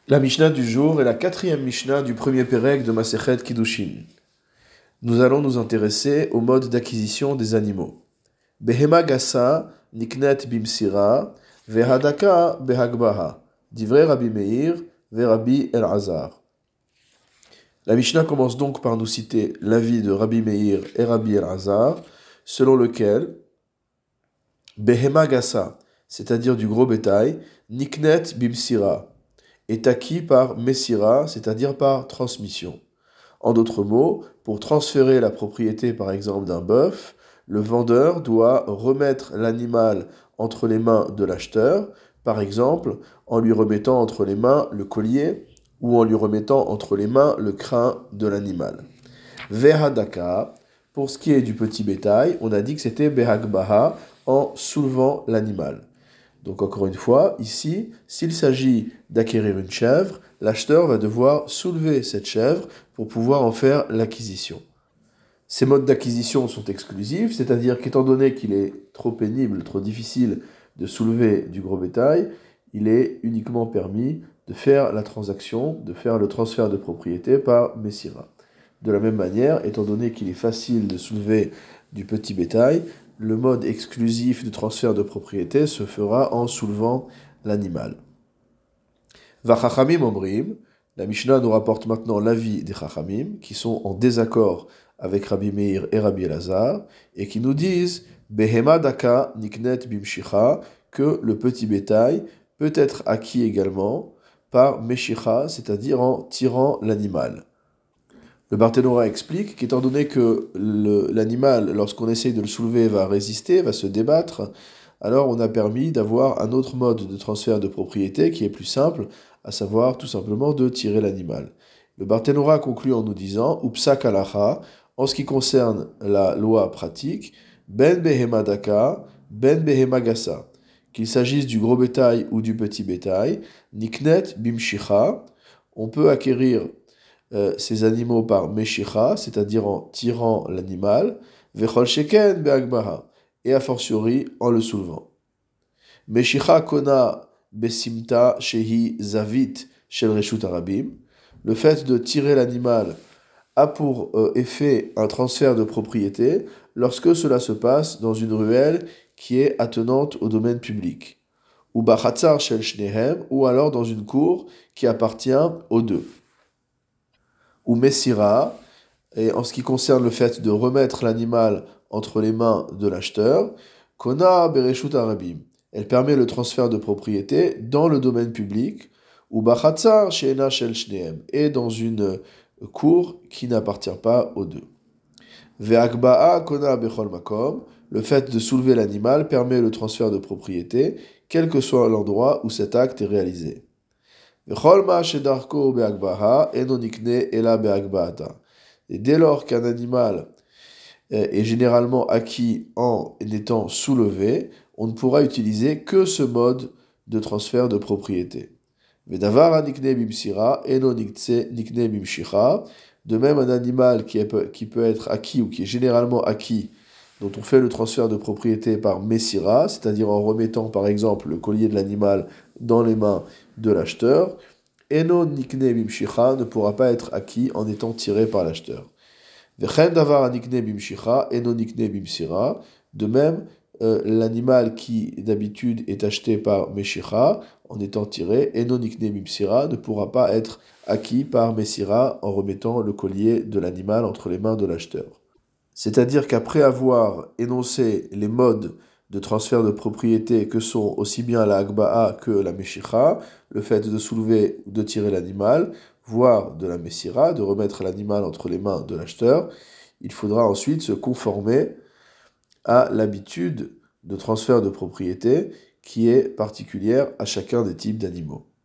La Mishnah du jour est la quatrième Mishnah du premier Pérec de Masechet Kiddushin. Nous allons nous intéresser au mode d'acquisition des animaux. Behema gassa niknet bimsira vehadaka behagbaha. Divrei Rabbi Meir veRabbi Elazar. La Mishnah commence donc par nous citer l'avis de Rabbi Meir et Rabbi Elazar, selon lequel Behema gassa, c'est-à-dire du gros bétail, niknet bimsira, est acquis par Messira, c'est-à-dire par transmission. En d'autres mots, pour transférer la propriété par exemple d'un bœuf, le vendeur doit remettre l'animal entre les mains de l'acheteur, par exemple en lui remettant entre les mains le collier ou en lui remettant entre les mains le crin de l'animal. Vehadaka, pour ce qui est du petit bétail, on a dit que c'était Behagbaha, en soulevant l'animal. Donc encore une fois, ici, s'il s'agit d'acquérir une chèvre, l'acheteur va devoir soulever cette chèvre pour pouvoir en faire l'acquisition. Ces modes d'acquisition sont exclusifs, c'est-à-dire qu'étant donné qu'il est trop pénible, trop difficile de soulever du gros bétail, il est uniquement permis de faire la transaction, de faire le transfert de propriété par Messira. De la même manière, étant donné qu'il est facile de soulever du petit bétail, le mode exclusif de transfert de propriété se fera en soulevant l'animal. Vachachamim omrim, la Mishnah nous rapporte maintenant l'avis des Chachamim, qui sont en désaccord avec Rabbi Meir et Rabbi Elazar, et qui nous disent Behema daka niknet bimshicha, que le petit bétail peut être acquis également par meshicha, c'est-à-dire en tirant l'animal. Le Barthénora explique qu'étant donné que l'animal, lorsqu'on essaye de le soulever, va résister, va se débattre, alors on a permis d'avoir un autre mode de transfert de propriété qui est plus simple, à savoir tout simplement de tirer l'animal. Le Barthénora conclut en nous disant Upsak halacha, en ce qui concerne la loi pratique, Ben behema daka, Ben behema gassa, qu'il s'agisse du gros bétail ou du petit bétail, niknet bimshicha, on peut acquérir ces animaux par meshicha, c'est-à-dire en tirant l'animal, vechol sheken be'agbaha, et a fortiori en le soulevant. Meshicha kona besimta shehi zavit shel reshut harabim, le fait de tirer l'animal a pour effet un transfert de propriété lorsque cela se passe dans une ruelle qui est attenante au domaine public, ou bachatzar shel shnehem, ou alors dans une cour qui appartient aux deux. Ou Messira, et en ce qui concerne le fait de remettre l'animal entre les mains de l'acheteur, Kona Bereshut Arabim, elle permet le transfert de propriété dans le domaine public, ou Bachatzar Sheena Shel Shneem, et dans une cour qui n'appartient pas aux deux. Ve'akba'a Kona Bechol Makom, le fait de soulever l'animal permet le transfert de propriété, quel que soit l'endroit où cet acte est réalisé. Et dès lors qu'un animal est généralement acquis en étant soulevé, on ne pourra utiliser que ce mode de transfert de propriété. De même, un animal qui peut être acquis ou qui est généralement acquis, dont on fait le transfert de propriété par Messira, c'est-à-dire en remettant par exemple le collier de l'animal dans les mains de l'acheteur, Eno nikne bimshicha ne pourra pas être acquis en étant tiré par l'acheteur. Vechen davar nikne bimshicha, eno nikne bimsira. De même, l'animal qui d'habitude est acheté par Meshicha en étant tiré, eno nikne bimsira, ne pourra pas être acquis par Messira en remettant le collier de l'animal entre les mains de l'acheteur. C'est-à-dire qu'après avoir énoncé les modes de transfert de propriété que sont aussi bien la Agba'a que la Meshicha, le fait de soulever ou de tirer l'animal, voire de la Messira, de remettre l'animal entre les mains de l'acheteur, il faudra ensuite se conformer à l'habitude de transfert de propriété qui est particulière à chacun des types d'animaux.